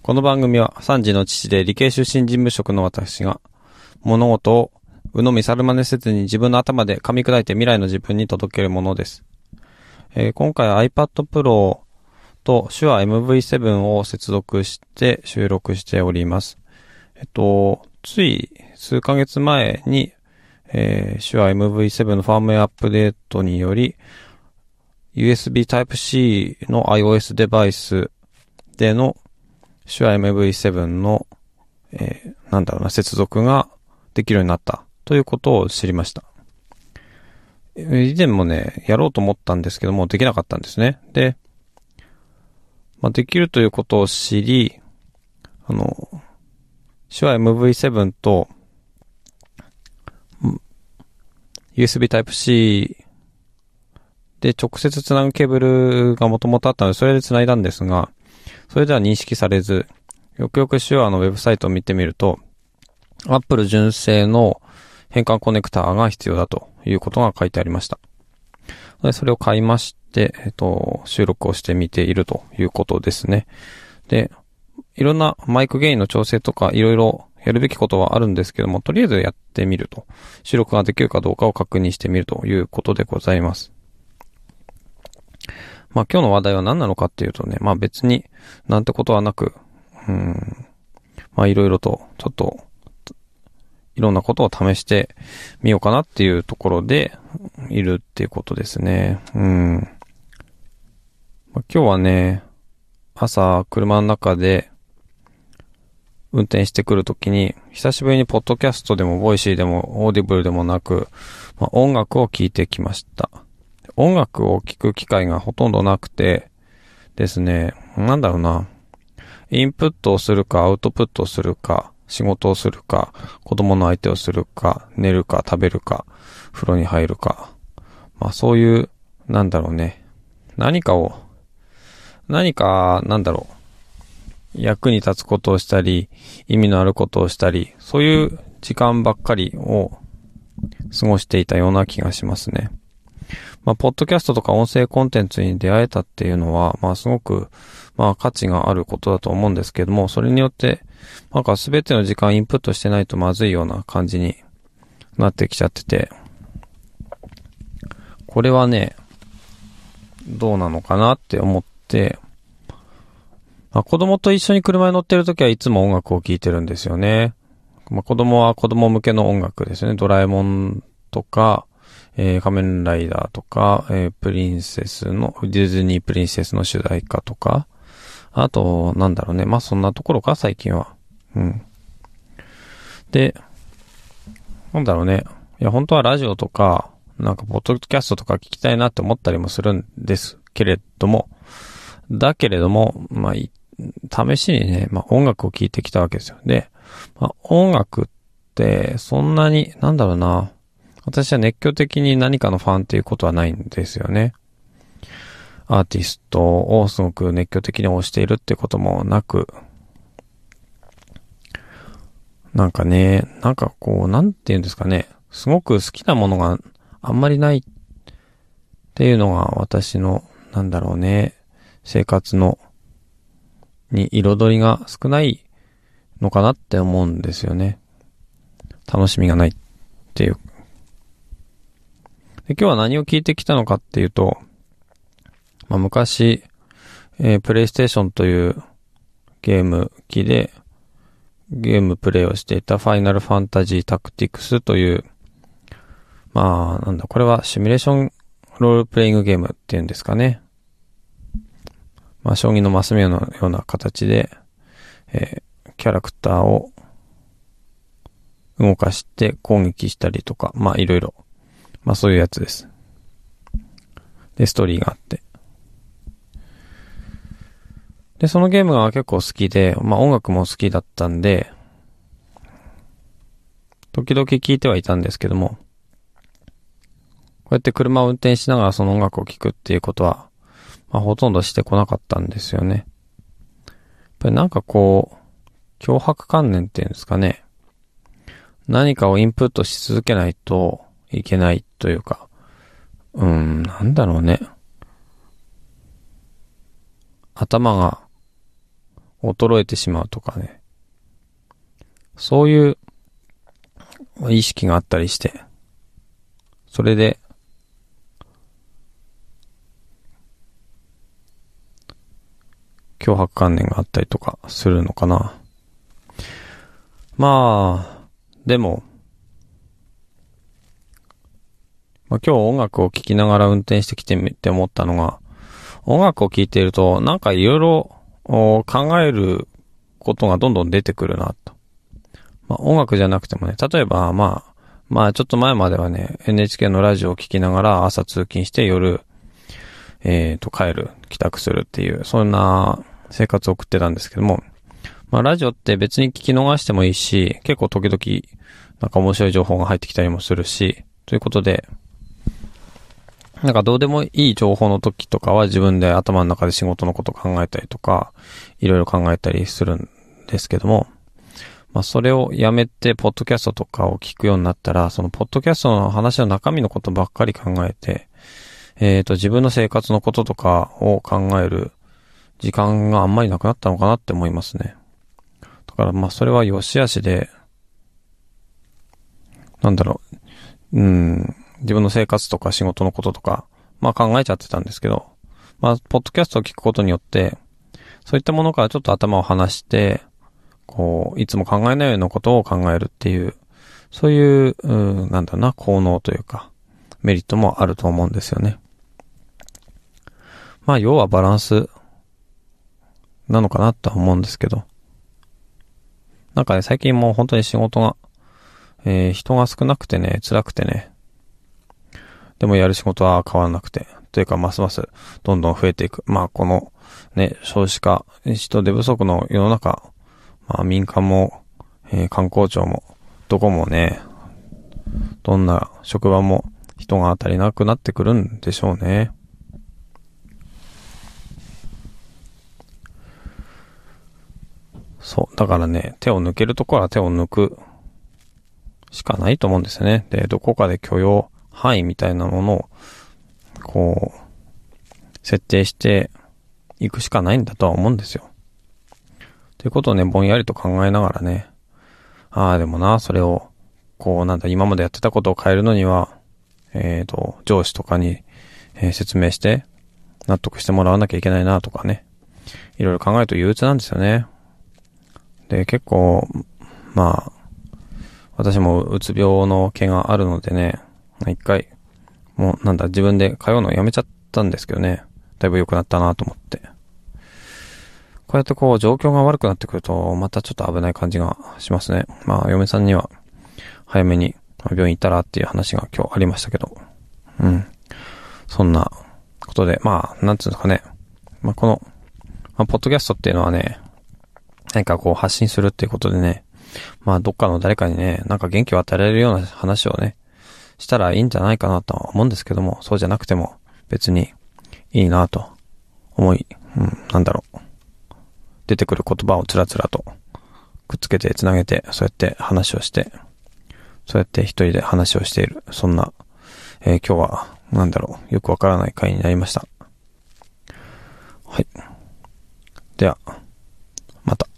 この番組は3児の父で理系出身事務職の私が物事を鵜呑み猿真似せずに自分の頭で噛み砕いて未来の自分に届けるものです。今回は iPad Pro と手話 MV7 を接続して収録しております。つい数ヶ月前に、手話 MV7 のファームウェアアップデートにより USB Type-C の iOS デバイスでの手話 MV7 の、接続ができるようになったということを知りました。以前もね、やろうと思ったんですけども、できなかったんですね。で、できるということを知り、手話 MV7 と、USB Type-C で直接つなぐケーブルがもともとあったので、それでつないだんですが、それでは認識されず、よくよく手話のウェブサイトを見てみると、Apple 純正の変換コネクターが必要だということが書いてありました。でそれを買いまして、収録をしてみているということですね。で、いろんなマイクゲインの調整とかいろいろやるべきことはあるんですけども、とりあえずやってみると。収録ができるかどうかを確認してみるということでございます。今日の話題は何なのかっていうとね、別になんてことはなく、いろいろとちょっといろんなことを試してみようかなっていうところでいるっていうことですね。今日はね、朝車の中で運転してくるときに久しぶりにポッドキャストでもボイシーでもオーディブルでもなく、音楽を聴いてきました。音楽を聴く機会がほとんどなくてですね、インプットをするかアウトプットをするか仕事をするか子供の相手をするか寝るか食べるか風呂に入るかそういう何か役に立つことをしたり意味のあることをしたりそういう時間ばっかりを過ごしていたような気がしますね。ポッドキャストとか音声コンテンツに出会えたっていうのは、すごく、価値があることだと思うんですけども、それによって、すべての時間インプットしてないとまずいような感じになってきちゃってて、これはね、どうなのかなって思って、子供と一緒に車に乗ってるときはいつも音楽を聴いてるんですよね。子供は子供向けの音楽ですね。ドラえもんとか、仮面ライダーとか、ディズニープリンセスの主題歌とか、あと、そんなところか、最近は。で、本当はラジオとか、ポッドキャストとか聞きたいなって思ったりもするんですけれども、試しにね、音楽を聴いてきたわけですよ。で、音楽って、そんなに、私は熱狂的に何かのファンっていうことはないんですよね。アーティストをすごく熱狂的に推しているってこともなく、すごく好きなものがあんまりないっていうのが私の、生活に彩りが少ないのかなって思うんですよね。楽しみがないっていう。で今日は何を聞いてきたのかっていうと、昔、プレイステーションというゲーム機でゲームプレイをしていたファイナルファンタジータクティクスという、これはシミュレーションロールプレイングゲームっていうんですかね。将棋のマス目のような形で、キャラクターを動かして攻撃したりとか、いろいろ。そういうやつです。で、ストーリーがあって。で、そのゲームが結構好きで、音楽も好きだったんで、時々聴いてはいたんですけども、こうやって車を運転しながらその音楽を聴くっていうことは、ほとんどしてこなかったんですよね。やっぱり強迫観念っていうんですかね。何かをインプットし続けないといけないというか、頭が衰えてしまうとかね。そういう意識があったりして、それで、脅迫観念があったりとかするのかな。まあ、でも、今日音楽を聴きながら運転してきてみて思ったのが、音楽を聴いているとなんかいろいろ考えることがどんどん出てくるなと。音楽じゃなくてもね、例えばちょっと前まではね、NHK のラジオを聴きながら朝通勤して夜、帰宅するっていう、そんな生活を送ってたんですけども、ラジオって別に聞き逃してもいいし、結構時々なんか面白い情報が入ってきたりもするし、ということで、なんかどうでもいい情報の時とかは自分で頭の中で仕事のこと考えたりとか、いろいろ考えたりするんですけども、それをやめて、ポッドキャストとかを聞くようになったら、そのポッドキャストの話の中身のことばっかり考えて、自分の生活のこととかを考える時間があんまりなくなったのかなって思いますね。だからそれは良し悪しで、自分の生活とか仕事のこととか、考えちゃってたんですけど、ポッドキャストを聞くことによって、そういったものからちょっと頭を離して、いつも考えないようなことを考えるっていう、そういう、効能というか、メリットもあると思うんですよね。要はバランスなのかなとは思うんですけど、最近もう本当に仕事が、人が少なくてね、辛くてね、でもやる仕事は変わらなくて、というかますますどんどん増えていく。このね、少子化、人手不足の世の中、民間も、観光庁も、どこもね、どんな職場も人が足りなくなってくるんでしょうね。そう。だからね、手を抜けるところは手を抜くしかないと思うんですよね。で、どこかで許容範囲みたいなものを、設定していくしかないんだとは思うんですよ。ということをね、ぼんやりと考えながらね、でもな、それを、今までやってたことを変えるのには、上司とかに、説明して、納得してもらわなきゃいけないなとかね、いろいろ考えると憂鬱なんですよね。で、結構、私もうつ病の毛があるのでね、一回、自分で通うのをやめちゃったんですけどね、だいぶ良くなったなと思って。こうやって状況が悪くなってくると、またちょっと危ない感じがしますね。嫁さんには、早めに病院行ったらっていう話が今日ありましたけど。そんなことで、なんつうんですかね。この、ポッドキャストっていうのはね、何か発信するっていうことでね、どっかの誰かにね、元気を与えられるような話をね、したらいいんじゃないかなとは思うんですけども、そうじゃなくても別にいいなと思い、出てくる言葉をつらつらとくっつけてつなげて、そうやって話をして、そうやって一人で話をしている。そんな、今日は、よくわからない回になりました。はい。では、また。